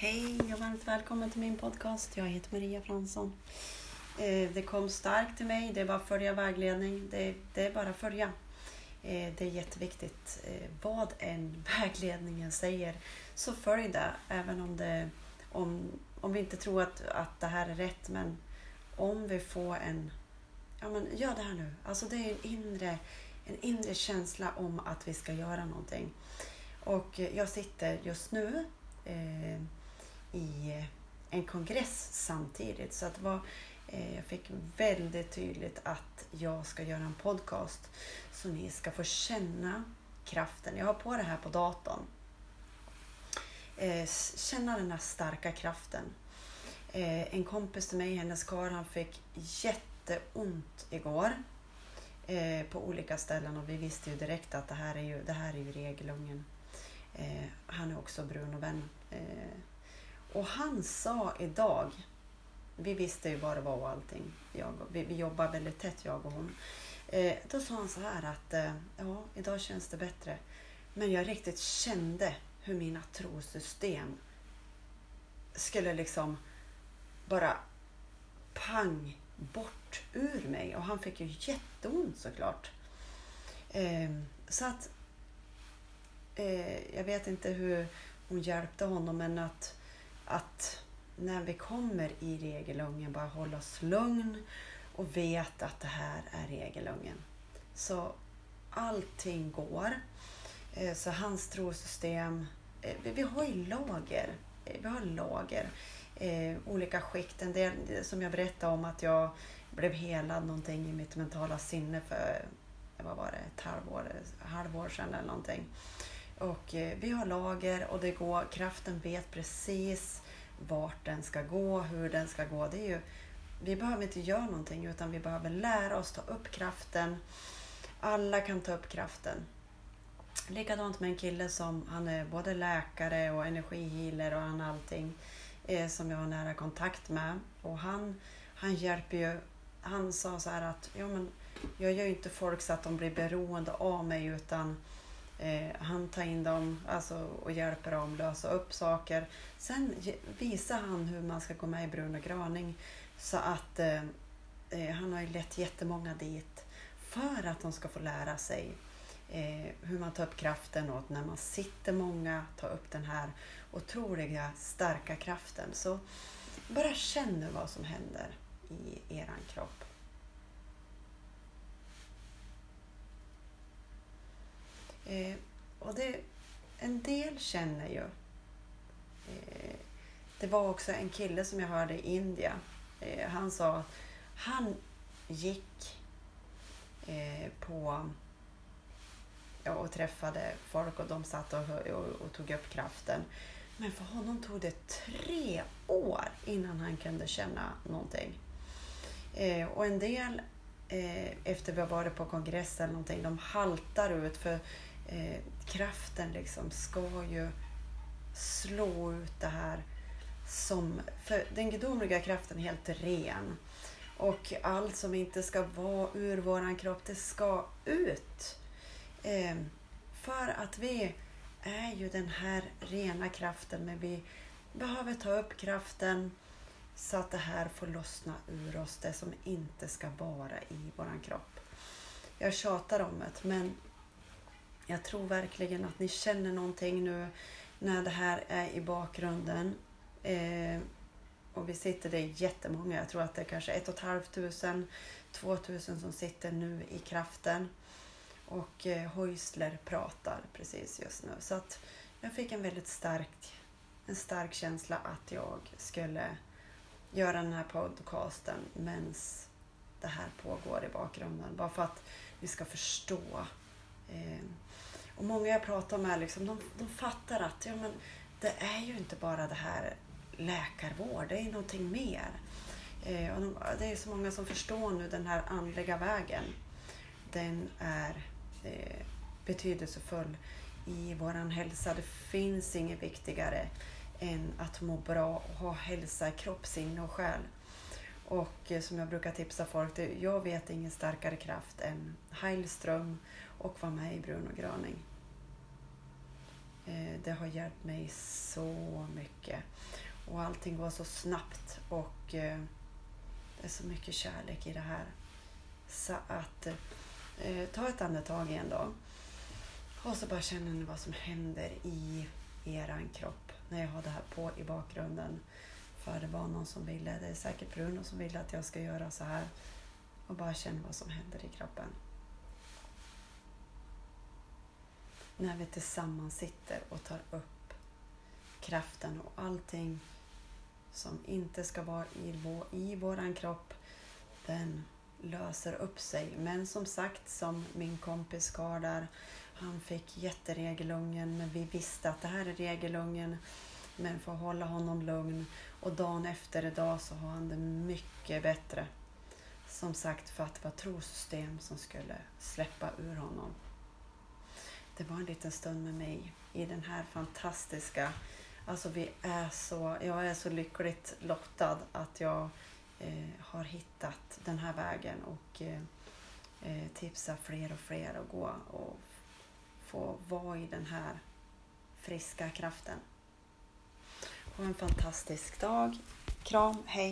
Hej och varmt välkommen till min podcast. Jag heter Maria Fransson. Det kom starkt till mig. Det är bara att följa vägledning. Det är bara att följa. Det är jätteviktigt. Vad en vägledningen säger så följ det. Även om vi inte tror att det här är rätt. Men om vi får gör det här nu. Alltså det är en inre känsla om att vi ska göra någonting. Och jag sitter just nu i en kongress samtidigt. Så att jag fick väldigt tydligt att jag ska göra en podcast. Så ni ska få känna kraften. Jag har på det här på datorn. Känna den här starka kraften. En kompis till mig, hennes karl, han fick jätteont igår. På olika ställen. Och vi visste ju direkt att det här är ju regelungen. Han är också Bruno-vän. Och han sa idag, vi visste ju vad det var och allting. Vi jobbar väldigt tätt, jag och hon. Då sa han så här att idag känns det bättre. Men jag riktigt kände hur mina trosystem skulle liksom bara pang bort ur mig. Och han fick ju jätteont såklart. Så att jag vet inte hur hon hjälpte honom, men att när vi kommer i regelungen bara hålla oss lugn och vet att det här är regelungen. Så allting går. Så hans trosystem, vi har ju lager. Vi har lager. Olika skikt. En del som jag berättade om att jag blev helad någonting i mitt mentala sinne för, vad var det, ett halvår sedan eller någonting. Och vi har lager och det går, kraften vet precis vart den ska gå, hur den ska gå. Det är ju, vi behöver inte göra någonting utan vi behöver lära oss ta upp kraften. Alla kan ta upp kraften. Likadant med en kille som, han är både läkare och energihealer och han allting som jag har nära kontakt med. Och han hjälper ju, han sa så här att jag gör ju inte folk så att de blir beroende av mig utan han tar in dem och hjälper dem lösa upp saker. Sen visar han hur man ska gå med i Bruno Graning. Så att han har ju lett jättemånga dit. För att de ska få lära sig hur man tar upp kraften. Och när man sitter många, tar upp den här otroliga starka kraften. Så bara känn vad som händer i eran kropp. Och en del känner ju. Det var också en kille som jag hörde i Indien. Han sa att han gick och träffade folk och de satt och tog upp kraften. Men för honom tog det 3 år innan han kunde känna någonting. Och en del efter vi har varit på kongress eller någonting, de haltar ut för kraften liksom ska ju slå ut det här för den gudomliga kraften är helt ren och allt som inte ska vara ur våran kropp, det ska ut för att vi är ju den här rena kraften, men vi behöver ta upp kraften så att det här får lossna ur oss, det som inte ska vara i våran kropp. Jag tjatar om det, men jag tror verkligen att ni känner någonting nu när det här är i bakgrunden. Och vi sitter, det är jättemånga. Jag tror att det är kanske 1500, 2000 som sitter nu i kraften. Och Häusler pratar precis just nu. Så att jag fick en väldigt stark känsla att jag skulle göra den här podcasten medan det här pågår i bakgrunden. Bara för att vi ska förstå. Och många jag pratar med liksom, de fattar att det är ju inte bara det här läkarvård, det är någonting mer. Det är så många som förstår nu den här andliga vägen. Den är betydelsefull i våran hälsa. Det finns inget viktigare än att må bra och ha hälsa i kropp, sinne och själ. Och som jag brukar tipsa folk, jag vet ingen starkare kraft än Heilström och vara med i Bruno Graning. Det har hjälpt mig så mycket. Och allting går så snabbt och det är så mycket kärlek i det här. Så att ta ett andetag igen då. Och så bara känner ni vad som händer i eran kropp. När jag har det här på i bakgrunden. För det var någon som ville, det är säkert Bruno som vill att jag ska göra så här. Och bara känna vad som händer i kroppen. När vi tillsammans sitter och tar upp kraften och allting som inte ska vara i våran kropp, den löser upp sig. Men som sagt, som min kompis Gardar, han fick jätteregelungen, men vi visste att det här är regelungen, men för att hålla honom lugn. Och dagen efter idag så har han det mycket bättre. Som sagt, för att det var trosystem som skulle släppa ur honom. Det var en liten stund med mig i den här fantastiska, alltså jag är så lyckligt lottad att jag har hittat den här vägen och tipsar fler och fler att gå och få vara i den här friska kraften. Ha en fantastisk dag. Kram, hej!